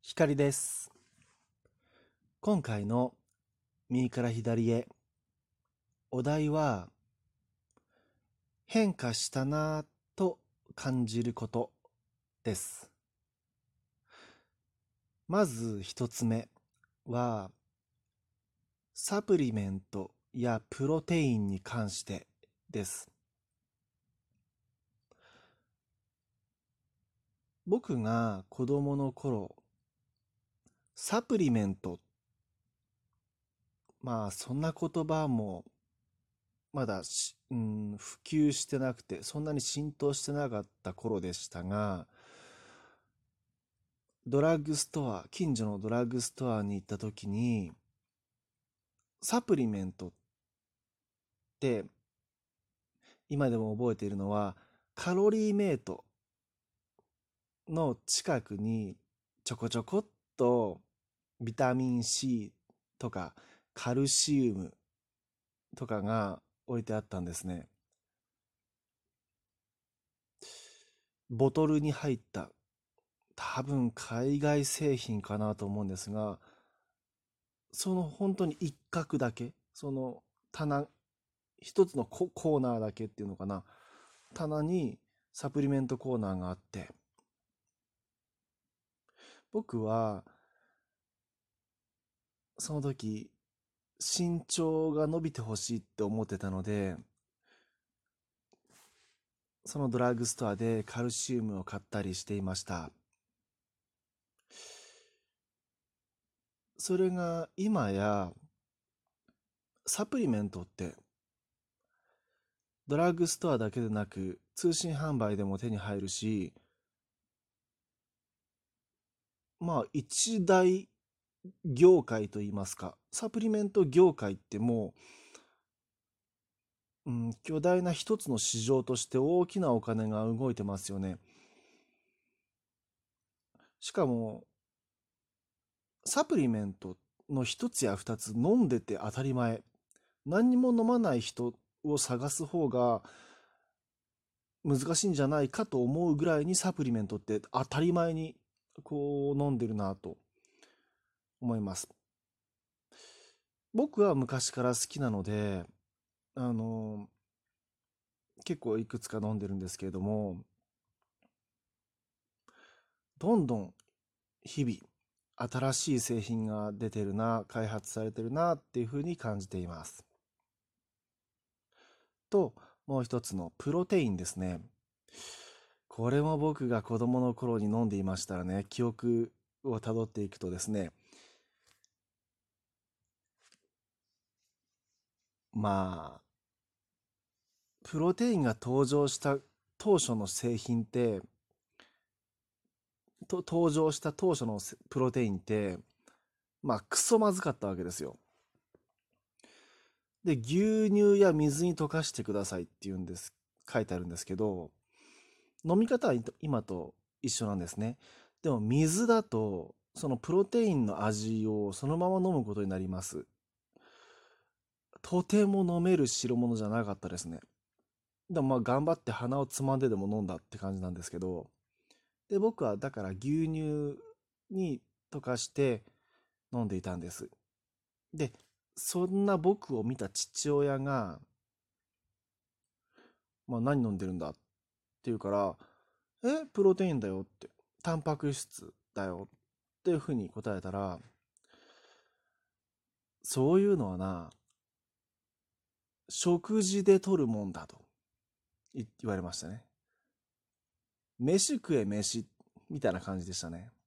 光です。今回の右から左へ、お題は変化したなぁと感じることです。まず一つ目は、サプリメントやプロテインに関してです。僕が子供の頃、サプリメント、そんな言葉もまだ普及してなくて、そんなに浸透してなかった頃でしたが、近所のドラッグストアに行った時に、サプリメントって今でも覚えているのは、カロリーメイトの近くにちょこちょこっとビタミン C とかカルシウムとかが置いてあったんですね。ボトルに入った、多分海外製品かなと思うんですが、その本当に一角だけ、その棚、一つのコーナーだけっていうのかな、棚にサプリメントコーナーがあって、僕はその時身長が伸びてほしいって思ってたので、そのドラッグストアでカルシウムを買ったりしていました。それが今やサプリメントってドラッグストアだけでなく通信販売でも手に入るし、一大業界といいますか、サプリメント業界ってもう、巨大な一つの市場として大きなお金が動いてますよね。しかも、サプリメントの一つや二つ飲んでて当たり前。何にも飲まない人を探す方が難しいんじゃないかと思うぐらいにサプリメントって当たり前にこう飲んでるなと思います。僕は昔から好きなので、あの、結構いくつか飲んでるんですけれども、どんどん日々新しい製品が出てるな、開発されてるなっていうふうに感じています。と、もう一つのプロテインですね。これも僕が子供の頃に飲んでいましたらね、記憶をたどっていくとですね、まあ、プロテインが登場した当初の製品って、登場した当初のプロテインって、クソまずかったわけですよ。で、牛乳や水に溶かしてくださいって書いてあるんですけど、飲み方は今と一緒なんですね。でも水だと、そのプロテインの味をそのまま飲むことになります。とても飲める代物じゃなかったですね。でも頑張って鼻をつまんででも飲んだって感じなんですけど、で、僕はだから牛乳に溶かして飲んでいたんです。で、そんな僕を見た父親が、何飲んでるんだって言うから、プロテインだよって、タンパク質だよっていうふうに答えたら、そういうのはな、食事で取るもんだと言われましたね。飯食え飯みたいな感じでしたね。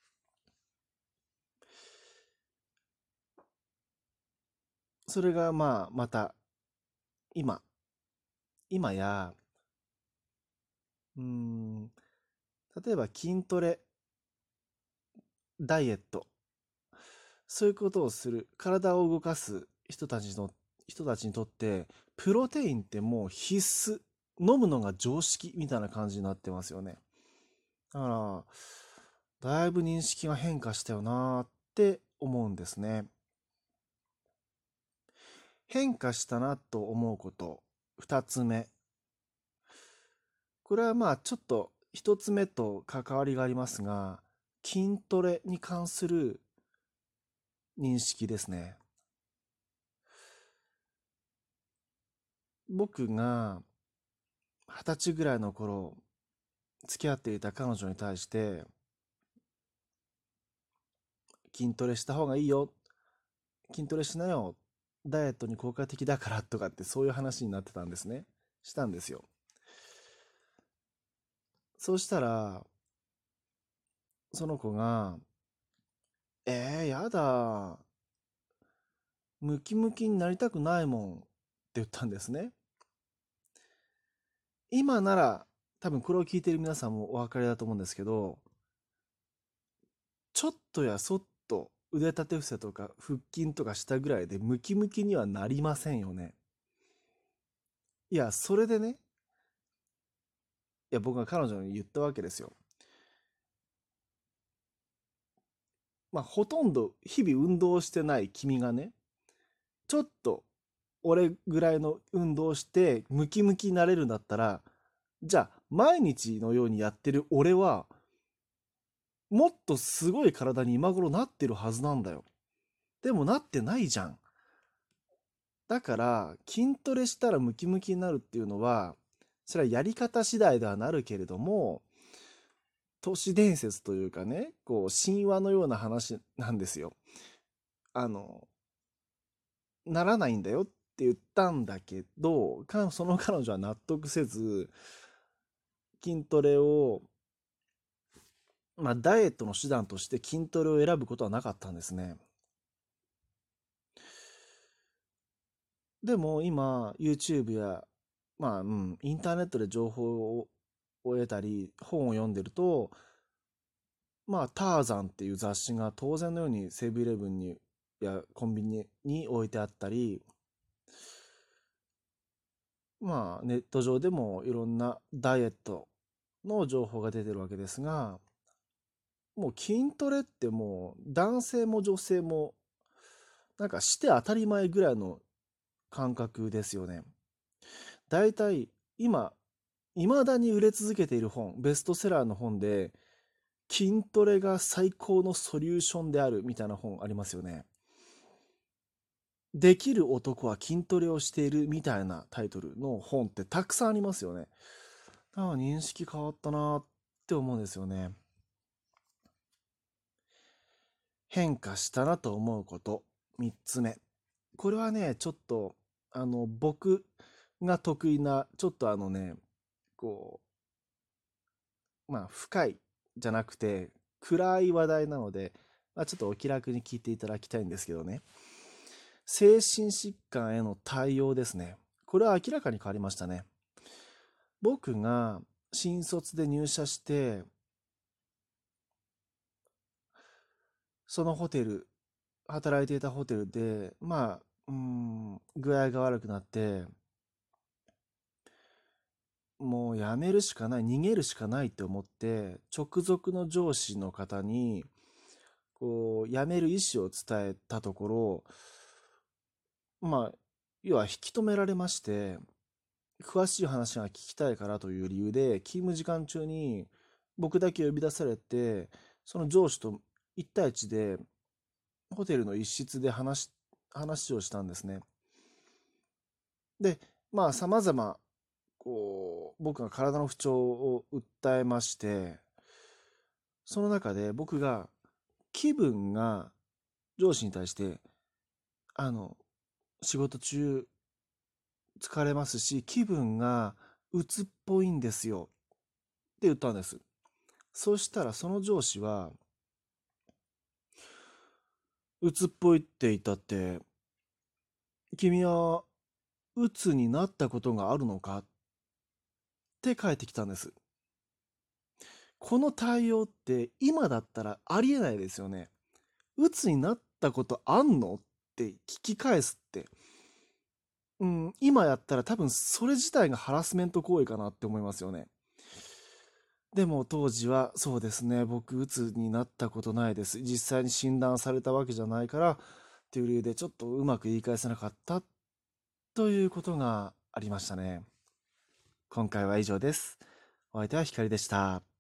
それがまた今、今や、うーん、例えば筋トレ、ダイエット、そういうことをする、体を動かす人たちにとって、プロテインってもう必須、飲むのが常識みたいな感じになってますよね。だから、だいぶ認識が変化したよなーって思うんですね。変化したなと思うこと、二つ目。これはちょっと一つ目と関わりがありますが、 筋トレに関する認識ですね。僕が20歳ぐらいの頃、付き合っていた彼女に対して、筋トレした方がいいよ、筋トレしなよ、ダイエットに効果的だからとかってそういう話になってたんですね。したんですよ。そうしたら、その子が、やだ。ムキムキになりたくないもんって言ったんですね。今なら、多分これを聞いている皆さんもお分かりだと思うんですけど、ちょっとやそっと腕立て伏せとか腹筋とかしたぐらいでムキムキにはなりませんよね。いや、それでね、いや、僕が彼女に言ったわけですよ。まあ、ほとんど日々運動してない君がね、ちょっと俺ぐらいの運動してムキムキになれるんだったら、じゃあ毎日のようにやってる俺はもっとすごい体に今頃なってるはずなんだよ。でもなってないじゃん。だから筋トレしたらムキムキになるっていうのは、それはやり方次第ではなるけれども、都市伝説というかね、こう神話のような話なんですよ。あの、ならないんだよって言ったんだけど、その彼女は納得せず、筋トレを、まあ、ダイエットの手段として筋トレを選ぶことはなかったんですね。でも今、YouTube や、まあ、インターネットで情報を得たり、本を読んでると、まあ、ターザンっていう雑誌が当然のようにセブンイレブンにやコンビニに置いてあったり、まあ、ネット上でもいろんなダイエットの情報が出てるわけですが、もう筋トレってもう男性も女性もなんかして当たり前ぐらいの感覚ですよね。だいたい今、未だに売れ続けている本、ベストセラーの本で、筋トレが最高のソリューションであるみたいな本ありますよね。できる男は筋トレをしているみたいなタイトルの本ってたくさんありますよね。だから認識変わったなって思うんですよね。変化したなと思うこと。3つ目。これはね、ちょっと、僕が得意な、ちょっとこまあ、深いじゃなくて、暗い話題なので、まあ、ちょっとお気楽に聞いていただきたいんですけどね。精神疾患への対応ですね。これは明らかに変わりましたね。僕が新卒で入社して、そのホテル、働いていたホテルで、まあ、具合が悪くなって、もう辞めるしかない、逃げるしかないって思って、直属の上司の方に、こう、辞める意思を伝えたところ、まあ、要は引き止められまして、詳しい話が聞きたいからという理由で、勤務時間中に僕だけ呼び出されて、その上司と一対一でホテルの一室で話をしたんですね。で、まあ、様々、こう、僕が体の不調を訴えまして、その中で僕が気分が上司に対して、あの、仕事中疲れますし、気分が鬱っぽいんですよって言ったんです。そしたらその上司は、鬱っぽいって言ったって、君は鬱になったことがあるのかって返ってきたんです。この対応って今だったらありえないですよね。鬱になったことあんのって聞き返すって。今やったら多分それ自体がハラスメント行為かなって思いますよね。でも当時はそうですね、僕、鬱になったことないです。実際に診断されたわけじゃないからっていう理由でちょっとうまく言い返せなかったということがありましたね。今回は以上です。お相手は光でした。